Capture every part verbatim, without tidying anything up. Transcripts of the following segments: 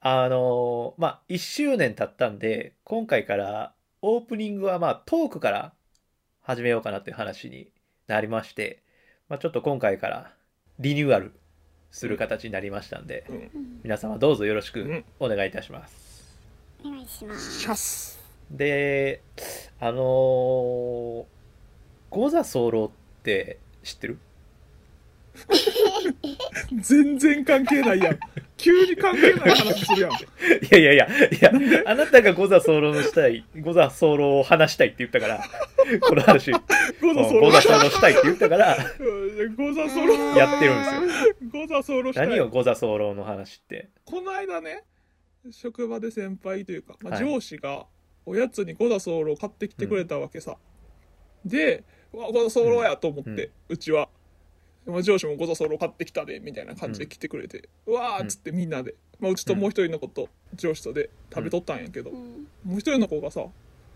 あのーまあ、いっしゅうねん経ったんで、今回からオープニングはまあトークから始めようかなっていう話になりまして、まあ、ちょっと今回からリニューアルする形になりましたんで、 うんうん、 皆様どうぞよろしくうんお願いいたします。 お願いします。 シャスで、あのー、ゴザ早漏って知ってる？ 全然関係ないやん。急に関係ない話するやん。 いやいやいや、いや、あなたがゴザ早漏のしたい、ゴザ早漏を話したいって言ったから、この話、 ゴザソロゴザ早漏したいって言ったから、 ゴザソロやってるんですよ。 ゴザソロしたい。 何よ、ゴザ早漏の話って。 この間ね、職場で先輩というか、まあ、 はい上司がおやつにゴザソロを買ってきてくれたわけさ。で、うわゴザソロやと思って、 うんうちは。まあ、上司もゴザソロ買ってきたでみたいな感じで来てくれて、うわーっつってみんなで、まあ、うちともう一人の子と上司とで食べとったんやけど、 うんもう一人の子がさ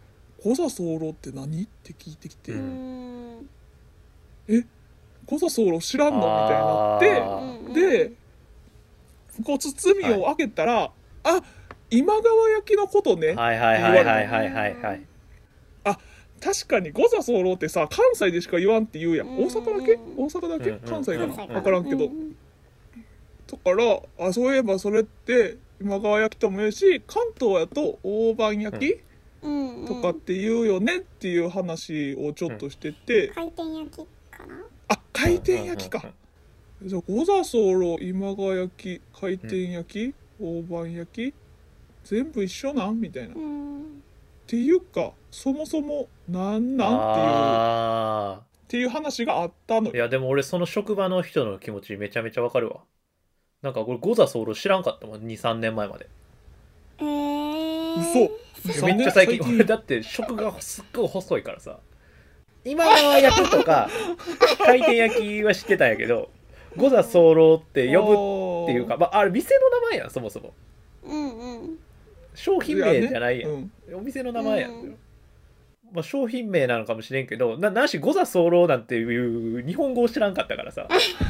「ゴザソロって何?」って聞いてきて「 ううんんえゴザソロ知らんの?」みたいになってあうんでこう包みを開けたら「あ今川焼きのことね」 はいはいはいはいはいはいはい。 確かにゴザソロってさ関西でしか言わんって言うやん。 うん大阪だけ大阪だけうん関西かな関西分からんけど、 うんだからあそういえばそれって今川焼きとも言うし関東やと大判焼き、 うんうん、 とかって言うよねっていう話をちょっとしてて、 回転焼きかな。 あ回転焼きか、じゃあゴザソロ今川焼き回転焼き、大判焼き全部一緒なんみたいな、っうんていうかそもそもなんなんあっていうっていう話があったのーいよ。 やでも俺その職場の人の気持ちめちゃめちゃわかるわ。なんかこれゴザ早漏知らんかったもん、にさんねんまえまで。 えー、 嘘めっちゃ最近、俺だって食がすっごい細いからさ。今川焼きとか回転焼きは知ってたんやけど、ゴザ早漏って呼ぶっていうか、まあ、あれ店の名前やん、そもそも。 うんうん商品名じゃないやん。 うんお店の名前やん。 うんまあ、商品名なのかもしれんけど、な、なしゴザ早漏なんていう日本語を知らんかったからさ。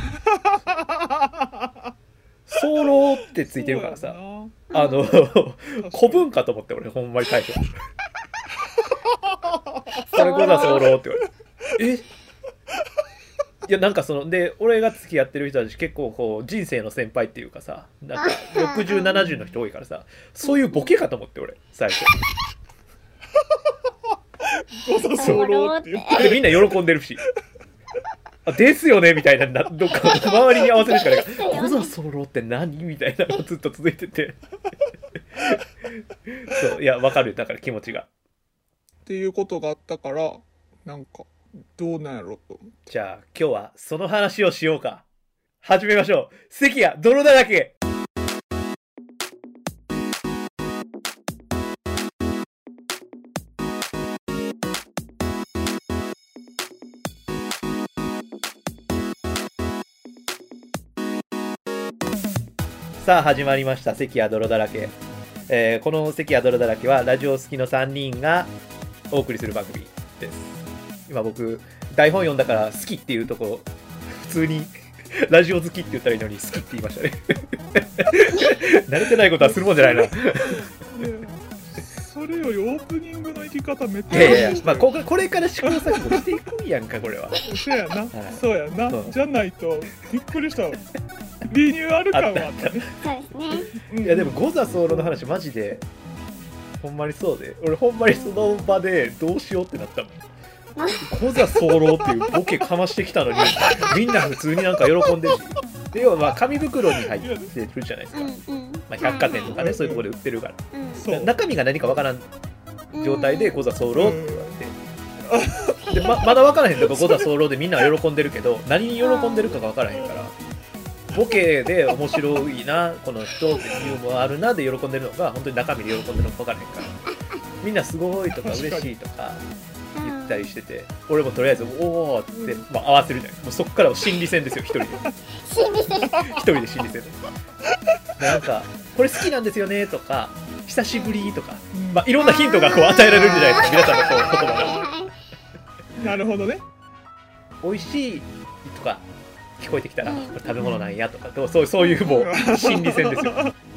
早漏ってついてるからさ。あの、古文かと思って俺ほんまに最初。それゴザ早漏って言われて。えいやなんかそので俺が付き合ってる人たち結構こう人生の先輩っていうかさ、なんかろくじゅう、ななじゅうの人多いからさ、そういうボケかと思って俺最初。 ゴザソロって言ってでみんな喜んでるし。あですよねみたいな、などっか周りに合わせるしかないから「ゴザ早漏って何?」みたいなのがずっと続いててそういやわかる、だから気持ちが。 っていうことがあったからなんかどうなんやろと思って。 じゃあ今日はその話をしようか。始めましょう。関谷泥だらけ。さあ始まりました関谷泥だらけ、えーこの関谷泥だらけはラジオ好きのさんにんがお送りする番組です。今僕台本読んだから好きっていうとこ普通にラジオ好きって言ったらいいのに好きって言いましたね慣れてないことはするもんじゃないな。いそれよりオープニングの生き方めっちゃやいやいや、まあ、ここれから試行錯誤していくんやんかこれは。 そうやな、 いそうやな、 うんじゃないとびっくりしたわ。リニューアル感はあったね。 そうですね。 うんいやでもゴザ早漏の話マジでほんまにそうで、俺ほんまにその場でどうしようってなったもん。ゴザ早漏っていうボケかましてきたのにみんな普通になんか喜んでるし、で要はまあ紙袋に入ってるじゃないですか、 うんうん。 まあ、百貨店とかね、 うんそういうところで売ってるから、 うんそう中身が何かわからん状態でゴザ早漏って言われて、で ま, まだ分からへんとかゴザ早漏でみんなは喜んでるけど何に喜んでるかが分からへんから、ボケで面白いなこの人ってユーモアあるなで喜んでるのか本当に中身で喜んでるのか分からへんから、みんなすごいとか嬉しいとか言ったりしてて、俺もとりあえずおおって、まあ、合わせるじゃない。もうそっからは心理戦ですよ、一人で心理戦。 一人で心理戦です。なんかこれ好きなんですよねとか久しぶりとか、まあ、いろんなヒントがこう与えられるじゃないですか、皆さんのこう言葉が。 なるほどね。 美味しいとか聞こえてきたらうんこれ食べ物なんやとか、そうそういうもう心理戦ですよ。 うん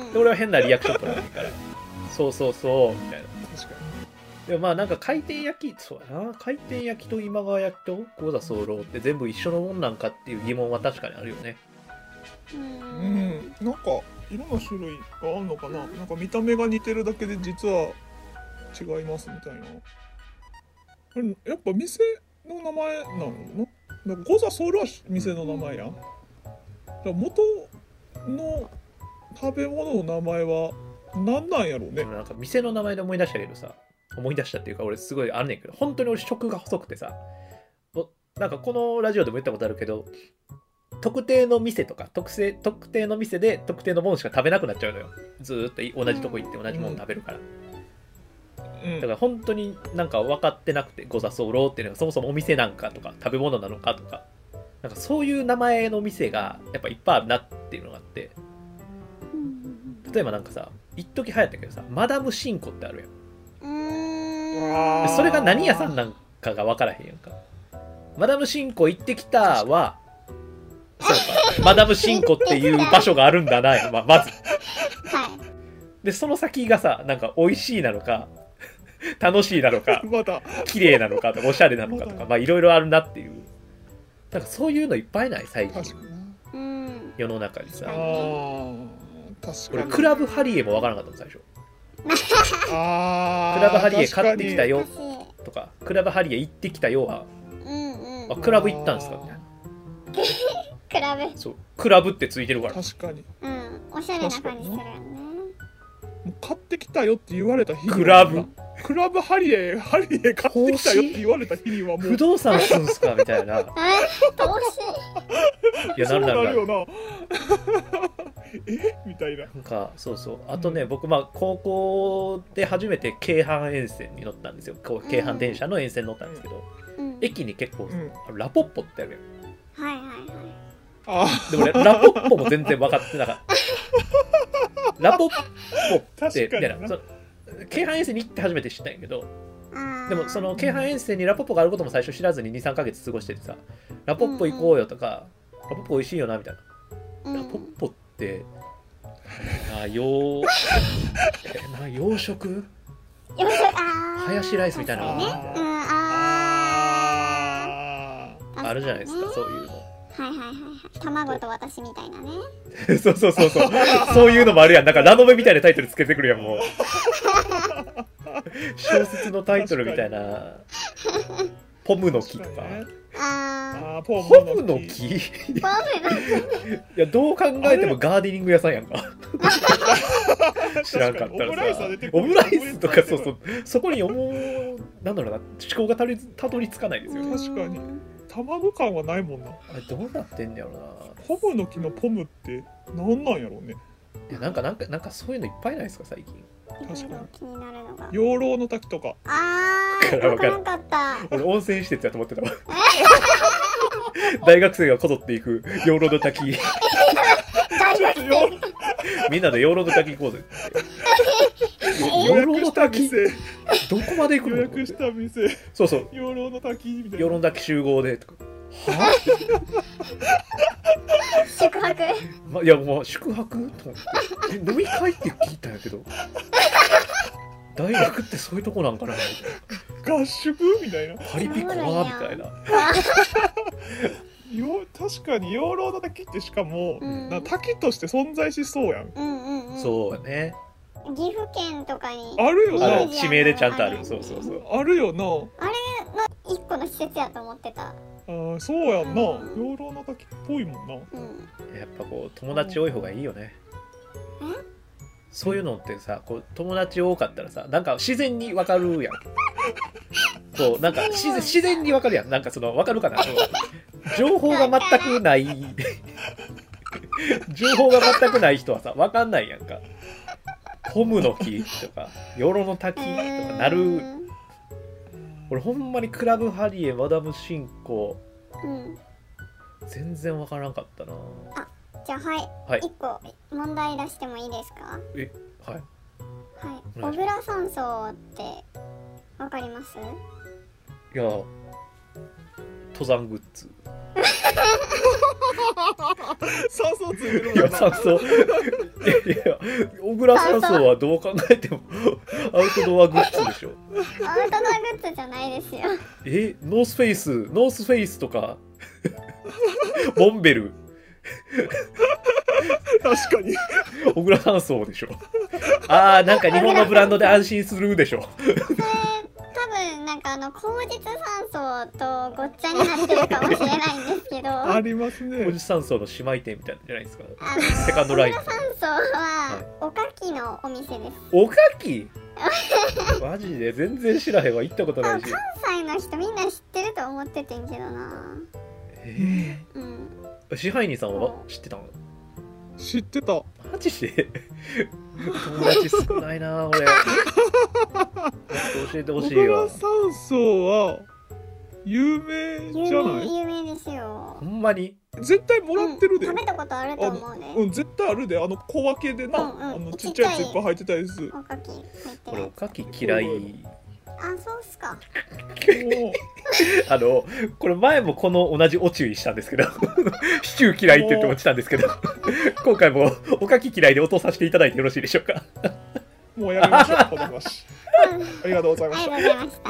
で俺は変なリアクション取らないからそうそうそうみたいな。 確かでもまあなんか回転焼きそうやな、回転焼きと今川焼きとゴ座候って全部一緒のもんなんかっていう疑問は確かにあるよね。 うにうんんなんかいろんな種類があるのかな。なんか見た目が似てるだけで実は違いますみたいな。これやっぱ店の名前なのな。なんかゴザソウルは店の名前やん。だから元の食べ物の名前は何なんやろうね。 なんか店の名前で思い出したけどさ、思い出したっていうか俺すごいあんねんけど、本当に俺食が細くてさ、おなんかこのラジオでも言ったことあるけど、特定の店とか特性特定の店で特定のものしか食べなくなっちゃうのよ。ずーっと同じとこ行って同じもの食べるから、 うんだから本当になんか分かってなくて、ゴザソウローっていうのがそもそもお店なんかとか食べ物なのかとか、なんかそういう名前の店がやっぱいっぱいあるなっていうのがあって、例えばなんかさ一時流行ったけどさ、マダムシンコってあるやん。 うんあーそれが何屋さんなんかが分からへんやんか。マダムシンコ行ってきたはそうか、マダムシンコっていう場所があるんだなや、まあ、まずはいでその先がさ、なんか美味しいなのか楽しいなのかまだ綺麗なのかとかおしゃれなのかとか、まあいろいろあるなっていう。なんかそういうのいっぱいない最近確かにな。 うん世の中にさ。 あー確かに。 俺クラブハリエも分からなかったの最初。 あークラブハリエ買ってきたよ難しいとか、クラブハリエ行ってきたよは、 うんうんあクラブ行ったんですかみたいな。 クラブそうクラブってついてるから。 確かに。 うんおしゃれな感じするよね。 もう買ってきたよって言われた日にはクラブクラブハリエハリエ買ってきたよって言われた日にはもう不動産すんすかみたいな。いえ投資やなるなるなる。 そうなるよなえみたいな。 なんかそうそう、あとね、僕まあ高校で初めて京阪沿線に乗ったんですよ。こう京阪電車の沿線に乗ったんですけど、 うん駅に結構、 うんラポッポってあるやん。 はいはいはいあでも俺ラポッポも全然分かってなかったラポッポってみたいな、その京阪沿線に行って初めて知ったんやけど、 あーでもその京阪沿線にラポッポがあることも最初知らずににさんかげつ過ごしててさ、ラポッポ行こうよとか、ラポッポ美味しいよなみたいな。ラポッポってな洋えな洋食よしあーハヤシライスみたいなのねあうんああーあるじゃないですか、 確そういうの。 にねはいはいはいはい卵と私みたいなねそうそうそうそう、そういうのもあるやん。なんかラノベみたいなタイトルつけてくるやん、もう。小説のタイトルみたいな。ポムの木とか。 確かにねああーポポムの木いーポムや、どう考えてもガーデニング屋さんやんか。知らんかったら確かにオムライスはさ出て。くるオムライスとか、そうそう。そこに思う、なんだろうな、思考がたりたどり着かないですよね。 確かに卵感はないもんな。 あれ、どうなってんだろうな。 ポムの木のポムって何なんやろうね。 いやなんかなんかなんかそういうのいっぱいないですか最近。 いろいろ気になるのが養老の滝とか。 あーわかるわからんかった俺温泉施設やと思ってたわ。大学生がこぞっていく養老の滝。 大学生みんなで養老の滝行こうぜって。 予養老の約した滝店。 どこまで行くの？ 予約した店。 そうそう。 養老の滝みたいな。 養老の滝集合でとか。は？ 宿泊ま、いやもう宿泊と思ってえ飲み会って聞いたんやけど大学ってそういうとこなんかなみたい合宿みたいな。 な。パリピ怖みたいな。 よ確かに養老の滝ってしかも、 うんな滝として存在しそうやん。 うんうんうんそうやね。 岐阜県とかにあるよなある地名でちゃんとある。そうそうそう。 あるよな。 一個の施設やと思ってたあーそうやんな。 うん養老の滝っぽいもんな。 うんやっぱこう友達多い方がいいよね。そういうのってさ、こう友達多かったらさ、なんか自然にわかるやん。こうなんか自然自然にわかるやん。なんかそのわかるかな。その情報が全くない情報が全くない人はさ、わかんないやんか。ポムの木とか養老の滝とかなる。 うん俺ほんまにクラブハリエマダムシンコうん全然わからんかったな。 じゃあはい、 はい一個問題出してもいいですか？ えはい。 はい。 お願いし小倉山荘ってわかります？ いや登山グッズ。 酸素ついてるいやもんな。 酸素いや小倉酸素はどう考えてもアウトドアグッズでしょ。 アウトドアグッズじゃないですよ。 えノースフェイスノースフェイスとかモンベル確かに小倉酸素でしょ。あーなんか日本のブランドで安心するでしょ。 それ多分なんかあの口実酸素とごっちゃになってるかもしれないんですけどありますね。 小実酸素の姉妹店みたいなんじゃないですか。 あのセカンドライン酸素はおかきのお店です。 おかきマジで全然知らへんわ。行ったことないし。 関西の人みんな知ってると思っててんけどな。 えうんー、支配人さんは知ってたの？ 知ってた。 マジで友達少ないな俺。もっと教えてほしいわ。 小倉酸素は有名じゃない？ 有名ですよ。 ほんまに絶対もらってるで、 うん、食べたことあると思うね。 うん絶対あるで。あの小分けでな、 うんうんあのちっちゃいやついっぱい入ってたやつ。 おかき入ってる。 俺おかき嫌い。 あそうっすか。 もうあのこれ前もこの同じお注意したんですけどシチュー嫌いって言って落ちたんですけど今回もおかき嫌いで落とさせていただいてよろしいでしょうか。 もうやめましょうこの話。ありがとうございまあした。 りがとうございました。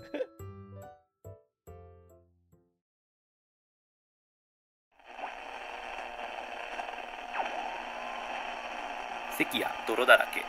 関や泥だらけ。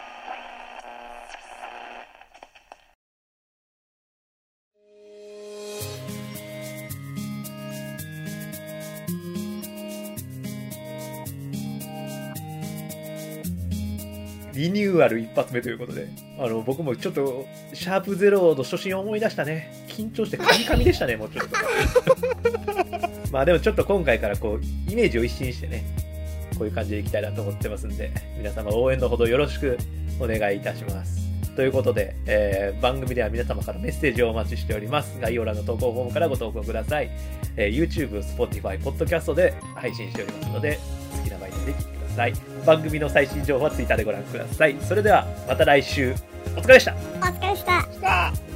リニューアル一発目ということで、あの僕もちょっとシャープゼロの初心を思い出したね。緊張してカミカミでしたねもうちょっとまあでもちょっと今回からこうイメージを一新してね、こういう感じでいきたいなと思ってますんで、皆様応援のほどよろしくお願いいたします。ということで、えー、番組では皆様からメッセージをお待ちしております。概要欄の投稿フォームからご投稿ください。えー、YouTube、Spotify、Podcast で配信しておりますので、好きな媒体で聞いてください。番組の最新情報は Twitter でご覧ください。それではまた来週。お疲れでした。 お疲れでした。